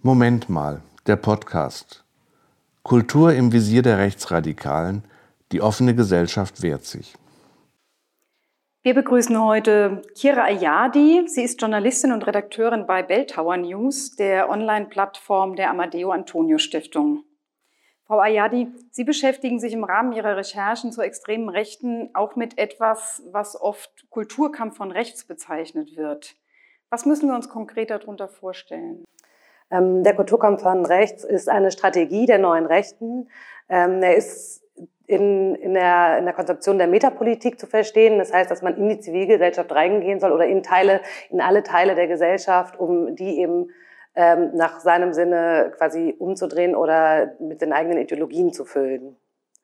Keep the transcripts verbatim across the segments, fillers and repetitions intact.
Moment mal, der Podcast. Kultur im Visier der Rechtsradikalen. Die offene Gesellschaft wehrt sich. Wir begrüßen heute Kira Ayadi. Sie ist Journalistin und Redakteurin bei Belltower News, der Online-Plattform der Amadeo-Antonio-Stiftung. Frau Ayadi, Sie beschäftigen sich im Rahmen Ihrer Recherchen zur extremen Rechten auch mit etwas, was oft Kulturkampf von rechts bezeichnet wird. Was müssen wir uns konkret darunter vorstellen? Ähm, der Kulturkampf von rechts ist eine Strategie der neuen Rechten. Ähm, er ist in, in, der, in der Konzeption der Metapolitik zu verstehen. Das heißt, dass man in die Zivilgesellschaft reingehen soll oder in Teile, in alle Teile der Gesellschaft, um die eben ähm, nach seinem Sinne quasi umzudrehen oder mit den eigenen Ideologien zu füllen.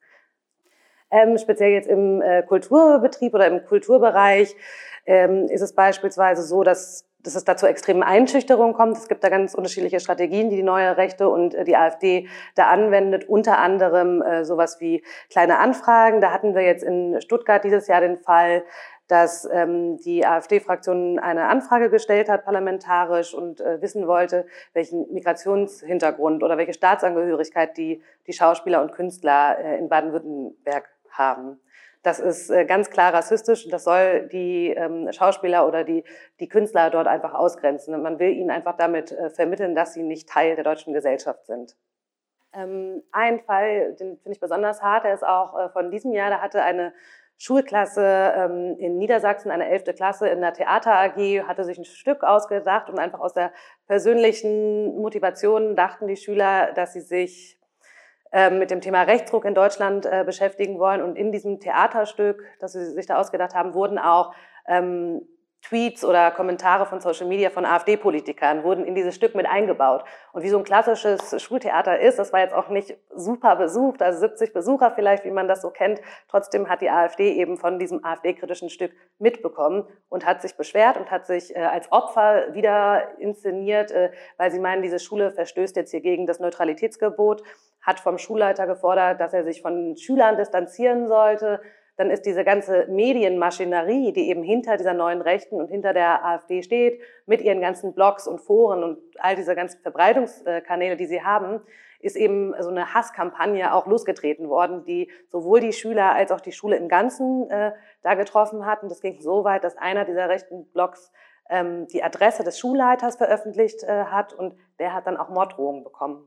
Ähm, speziell jetzt im äh, Kulturbetrieb oder im Kulturbereich ähm, ist es beispielsweise so, dass dass es da zu extremen Einschüchterungen kommt. Es gibt da ganz unterschiedliche Strategien, die die neue Rechte und die AfD da anwendet. Unter anderem äh, sowas wie kleine Anfragen. Da hatten wir jetzt in Stuttgart dieses Jahr den Fall, dass ähm, die AfD-Fraktion eine Anfrage gestellt hat, parlamentarisch, und äh, wissen wollte, welchen Migrationshintergrund oder welche Staatsangehörigkeit die, die Schauspieler und Künstler äh, in Baden-Württemberg haben. Das ist ganz klar rassistisch und das soll die ähm, Schauspieler oder die, die Künstler dort einfach ausgrenzen. Und man will ihnen einfach damit äh, vermitteln, dass sie nicht Teil der deutschen Gesellschaft sind. Ähm, ein Fall, den finde ich besonders hart, der ist auch äh, von diesem Jahr. Da hatte eine Schulklasse ähm, in Niedersachsen, eine elfte Klasse in der Theater A G, hatte sich ein Stück ausgedacht und einfach aus der persönlichen Motivation dachten die Schüler, dass sie sich mit dem Thema Rechtsruck in Deutschland äh, beschäftigen wollen. Und in diesem Theaterstück, das sie sich da ausgedacht haben, wurden auch ähm, Tweets oder Kommentare von Social Media von AfD-Politikern wurden in dieses Stück mit eingebaut. Und wie so ein klassisches Schultheater ist, das war jetzt auch nicht super besucht, also siebzig Besucher vielleicht, wie man das so kennt. Trotzdem hat die AfD eben von diesem AfD-kritischen Stück mitbekommen und hat sich beschwert und hat sich äh, als Opfer wieder inszeniert, äh, weil sie meinen, diese Schule verstößt jetzt hier gegen das Neutralitätsgebot, hat vom Schulleiter gefordert, dass er sich von Schülern distanzieren sollte. Dann ist diese ganze Medienmaschinerie, die eben hinter dieser neuen Rechten und hinter der AfD steht, mit ihren ganzen Blogs und Foren und all diese ganzen Verbreitungskanäle, die sie haben, ist eben so eine Hasskampagne auch losgetreten worden, die sowohl die Schüler als auch die Schule im Ganzen äh, da getroffen hat. Und das ging so weit, dass einer dieser rechten Blogs ähm, die Adresse des Schulleiters veröffentlicht äh, hat und der hat dann auch Morddrohungen bekommen.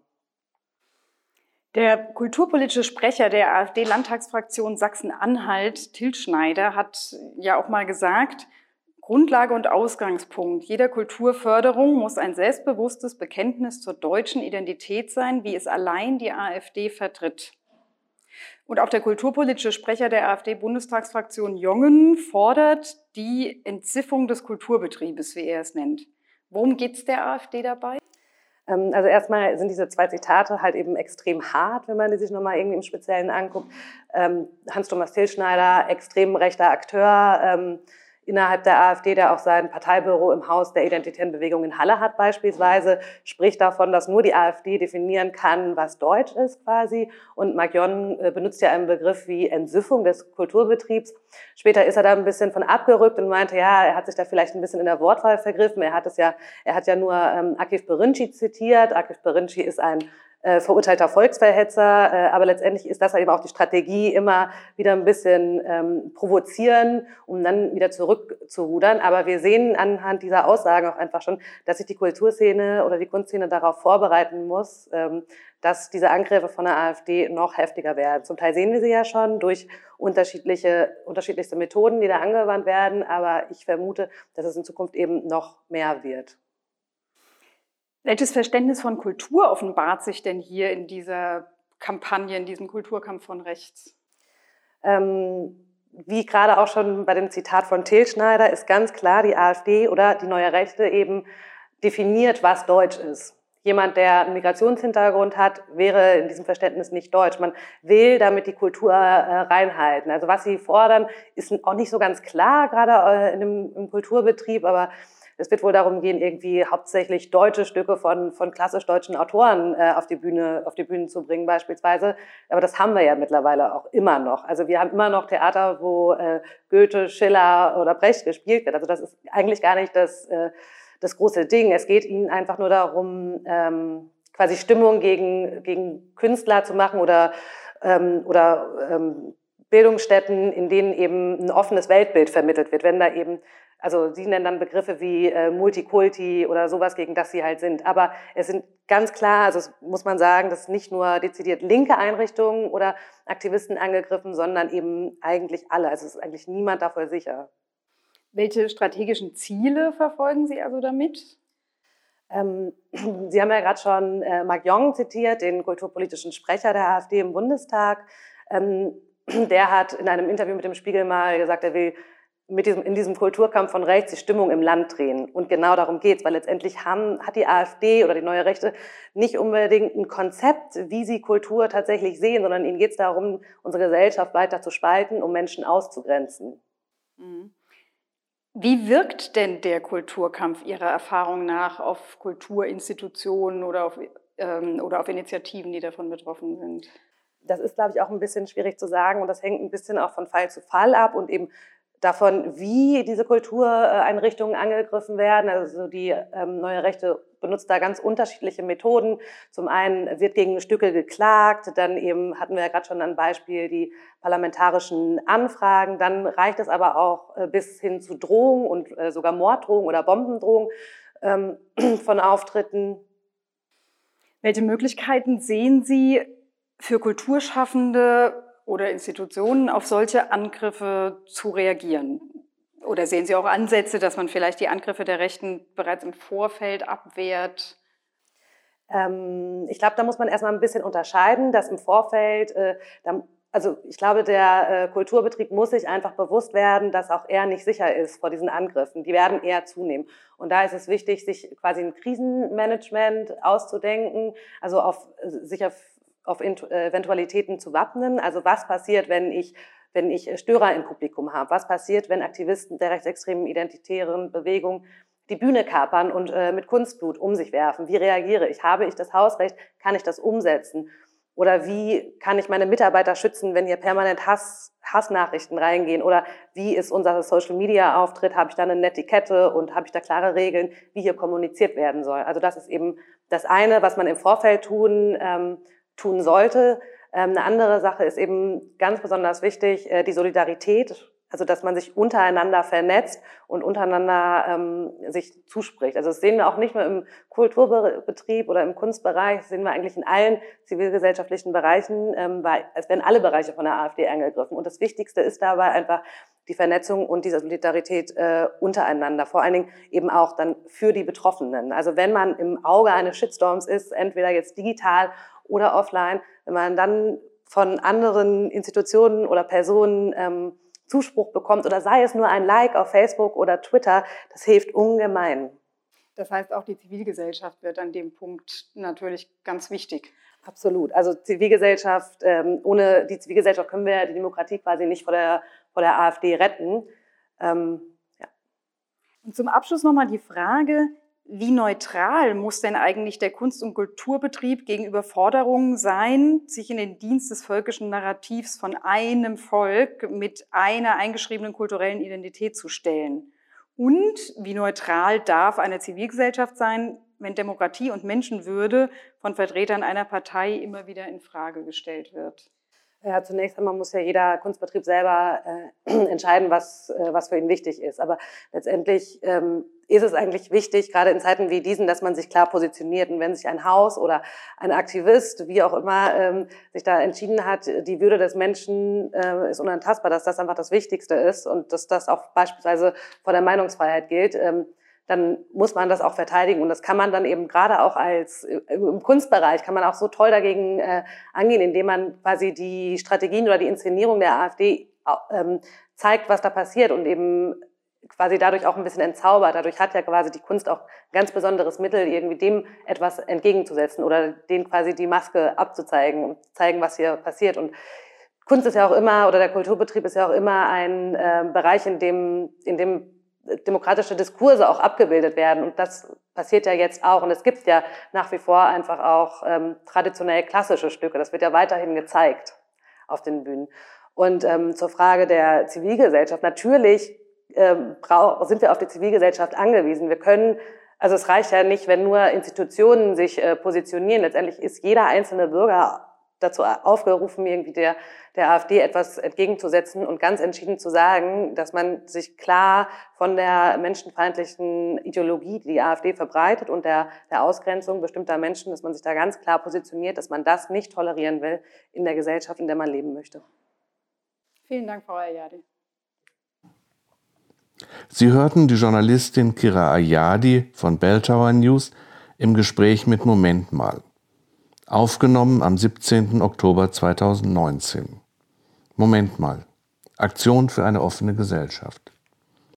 Der kulturpolitische Sprecher der AfD-Landtagsfraktion Sachsen-Anhalt, Til Schneider, hat ja auch mal gesagt, Grundlage und Ausgangspunkt jeder Kulturförderung muss ein selbstbewusstes Bekenntnis zur deutschen Identität sein, wie es allein die AfD vertritt. Und auch der kulturpolitische Sprecher der AfD-Bundestagsfraktion Jongen fordert die Entziffung des Kulturbetriebes, wie er es nennt. Worum geht es der AfD dabei? Also erstmal sind diese zwei Zitate halt eben extrem hart, wenn man die sich nochmal irgendwie im Speziellen anguckt. Hans-Thomas Til Schneider, extrem rechter Akteur innerhalb der AfD, der auch sein Parteibüro im Haus der Identitären Bewegung in Halle hat beispielsweise, spricht davon, dass nur die AfD definieren kann, was deutsch ist quasi. Und Marc Jongen benutzt ja einen Begriff wie Entsiffung des Kulturbetriebs. Später ist er da ein bisschen von abgerückt und meinte, ja, er hat sich da vielleicht ein bisschen in der Wortwahl vergriffen. Er hat es ja, er hat ja nur ähm, Akif Perinci zitiert. Akif Perinci ist ein Äh, verurteilter Volksverhetzer, äh, aber letztendlich ist das eben auch die Strategie, immer wieder ein bisschen ähm, provozieren, um dann wieder zurückzurudern. Aber wir sehen anhand dieser Aussagen auch einfach schon, dass sich die Kulturszene oder die Kunstszene darauf vorbereiten muss, ähm, dass diese Angriffe von der AfD noch heftiger werden. Zum Teil sehen wir sie ja schon durch unterschiedliche, unterschiedlichste Methoden, die da angewandt werden, aber ich vermute, dass es in Zukunft eben noch mehr wird. Welches Verständnis von Kultur offenbart sich denn hier in dieser Kampagne, in diesem Kulturkampf von rechts? Ähm, wie gerade auch schon bei dem Zitat von Til Schneider ist ganz klar, die AfD oder die neue Rechte eben definiert, was deutsch ist. Jemand, der einen Migrationshintergrund hat, wäre in diesem Verständnis nicht deutsch. Man will damit die Kultur äh, reinhalten. Also was sie fordern, ist auch nicht so ganz klar, gerade äh, in dem, im Kulturbetrieb, aber es wird wohl darum gehen, irgendwie hauptsächlich deutsche Stücke von, von klassisch deutschen Autoren äh, auf die Bühne, auf die Bühnen zu bringen beispielsweise. Aber das haben wir ja mittlerweile auch immer noch. Also wir haben immer noch Theater, wo äh, Goethe, Schiller oder Brecht gespielt wird. Also das ist eigentlich gar nicht das, äh, das große Ding. Es geht ihnen einfach nur darum, ähm, quasi Stimmung gegen, gegen Künstler zu machen oder, ähm, oder ähm, Bildungsstätten, in denen eben ein offenes Weltbild vermittelt wird. Wenn da eben, also sie nennen dann Begriffe wie äh, Multikulti oder sowas, gegen das sie halt sind. Aber es sind ganz klar, also das muss man sagen, dass nicht nur dezidiert linke Einrichtungen oder Aktivisten angegriffen, sondern eben eigentlich alle. Also es ist eigentlich niemand davor sicher. Welche strategischen Ziele verfolgen Sie also damit? Ähm, Sie haben ja gerade schon äh, Marc Jong zitiert, den kulturpolitischen Sprecher der AfD im Bundestag. Ähm, der hat in einem Interview mit dem Spiegel mal gesagt, er will mit diesem, in diesem Kulturkampf von rechts die Stimmung im Land drehen. Und genau darum geht's, weil letztendlich haben, hat die AfD oder die Neue Rechte nicht unbedingt ein Konzept, wie sie Kultur tatsächlich sehen, sondern ihnen geht's darum, unsere Gesellschaft weiter zu spalten, um Menschen auszugrenzen. Mhm. Wie wirkt denn der Kulturkampf Ihrer Erfahrung nach auf Kulturinstitutionen oder auf, ähm, oder auf Initiativen, die davon betroffen sind? Das ist, glaube ich, auch ein bisschen schwierig zu sagen und das hängt ein bisschen auch von Fall zu Fall ab und eben davon, wie diese Kultureinrichtungen angegriffen werden. Also die ähm, Neue Rechte benutzt da ganz unterschiedliche Methoden. Zum einen wird gegen Stücke geklagt, dann eben hatten wir ja gerade schon ein Beispiel, die parlamentarischen Anfragen. Dann reicht es aber auch äh, bis hin zu Drohungen und äh, sogar Morddrohungen oder Bombendrohungen ähm, von Auftritten. Welche Möglichkeiten sehen Sie für Kulturschaffende oder Institutionen auf solche Angriffe zu reagieren? Oder sehen Sie auch Ansätze, dass man vielleicht die Angriffe der Rechten bereits im Vorfeld abwehrt? Ähm, ich glaube, da muss man erstmal ein bisschen unterscheiden, dass im Vorfeld, äh, da, also ich glaube, der äh, Kulturbetrieb muss sich einfach bewusst werden, dass auch er nicht sicher ist vor diesen Angriffen. Die werden eher zunehmen. Und da ist es wichtig, sich quasi ein Krisenmanagement auszudenken, also auf sich auf auf Eventualitäten zu wappnen. Also was passiert, wenn ich, wenn ich Störer im Publikum habe? Was passiert, wenn Aktivisten der rechtsextremen identitären Bewegung die Bühne kapern und äh, mit Kunstblut um sich werfen? Wie reagiere ich? Habe ich das Hausrecht? Kann ich das umsetzen? Oder wie kann ich meine Mitarbeiter schützen, wenn hier permanent Hass, Hassnachrichten reingehen? Oder wie ist unser Social-Media-Auftritt? Habe ich da eine Netiquette und habe ich da klare Regeln, wie hier kommuniziert werden soll? Also das ist eben das eine, was man im Vorfeld tun ähm, tun sollte. Ähm, eine andere Sache ist eben ganz besonders wichtig, äh, die Solidarität, also dass man sich untereinander vernetzt und untereinander ähm, sich zuspricht. Also das sehen wir auch nicht nur im Kulturbetrieb oder im Kunstbereich, das sehen wir eigentlich in allen zivilgesellschaftlichen Bereichen, ähm, weil es werden alle Bereiche von der AfD angegriffen. Und das Wichtigste ist dabei einfach die Vernetzung und diese Solidarität äh, untereinander, vor allen Dingen eben auch dann für die Betroffenen. Also wenn man im Auge eines Shitstorms ist, entweder jetzt digital oder offline, wenn man dann von anderen Institutionen oder Personen ähm, Zuspruch bekommt oder sei es nur ein Like auf Facebook oder Twitter, das hilft ungemein. Das heißt, auch die Zivilgesellschaft wird an dem Punkt natürlich ganz wichtig. Absolut. Also Zivilgesellschaft, ähm, ohne die Zivilgesellschaft können wir die Demokratie quasi nicht vor der, vor der AfD retten. Ähm, ja. Und zum Abschluss nochmal die Frage, wie neutral muss denn eigentlich der Kunst- und Kulturbetrieb gegenüber Forderungen sein, sich in den Dienst des völkischen Narrativs von einem Volk mit einer eingeschriebenen kulturellen Identität zu stellen? Und wie neutral darf eine Zivilgesellschaft sein, wenn Demokratie und Menschenwürde von Vertretern einer Partei immer wieder in Frage gestellt wird? Ja, zunächst einmal muss ja jeder Kunstbetrieb selber äh, entscheiden, was, äh, was für ihn wichtig ist. Aber letztendlich ähm, ist es eigentlich wichtig, gerade in Zeiten wie diesen, dass man sich klar positioniert. Und wenn sich ein Haus oder ein Aktivist, wie auch immer, ähm, sich da entschieden hat, die Würde des Menschen äh, ist unantastbar, dass das einfach das Wichtigste ist und dass das auch beispielsweise vor der Meinungsfreiheit gilt, ähm, dann muss man das auch verteidigen. Und das kann man dann eben gerade auch als im Kunstbereich kann man auch so toll dagegen äh, angehen, indem man quasi die Strategien oder die Inszenierung der AfD ähm, zeigt, was da passiert und eben quasi dadurch auch ein bisschen entzaubert. Dadurch hat ja quasi die Kunst auch ein ganz besonderes Mittel, irgendwie dem etwas entgegenzusetzen oder denen quasi die Maske abzuzeigen und zeigen, was hier passiert. Und Kunst ist ja auch immer, oder der Kulturbetrieb ist ja auch immer ein äh, Bereich, in dem, in dem demokratische Diskurse auch abgebildet werden. Und das passiert ja jetzt auch. Und es gibt ja nach wie vor einfach auch ähm, traditionell klassische Stücke. Das wird ja weiterhin gezeigt auf den Bühnen. Und ähm, zur Frage der Zivilgesellschaft. Natürlich ähm, sind wir auf die Zivilgesellschaft angewiesen. Wir können Also es reicht ja nicht, wenn nur Institutionen sich äh, positionieren. Letztendlich ist jeder einzelne Bürger dazu aufgerufen, irgendwie der, der AfD etwas entgegenzusetzen und ganz entschieden zu sagen, dass man sich klar von der menschenfeindlichen Ideologie, die die AfD verbreitet und der, der Ausgrenzung bestimmter Menschen, dass man sich da ganz klar positioniert, dass man das nicht tolerieren will in der Gesellschaft, in der man leben möchte. Vielen Dank, Frau Ayadi. Sie hörten die Journalistin Kira Ayadi von Bell Tower News im Gespräch mit Moment mal. Aufgenommen am siebzehnten Oktober zweitausendneunzehn. Moment mal. Aktion für eine offene Gesellschaft.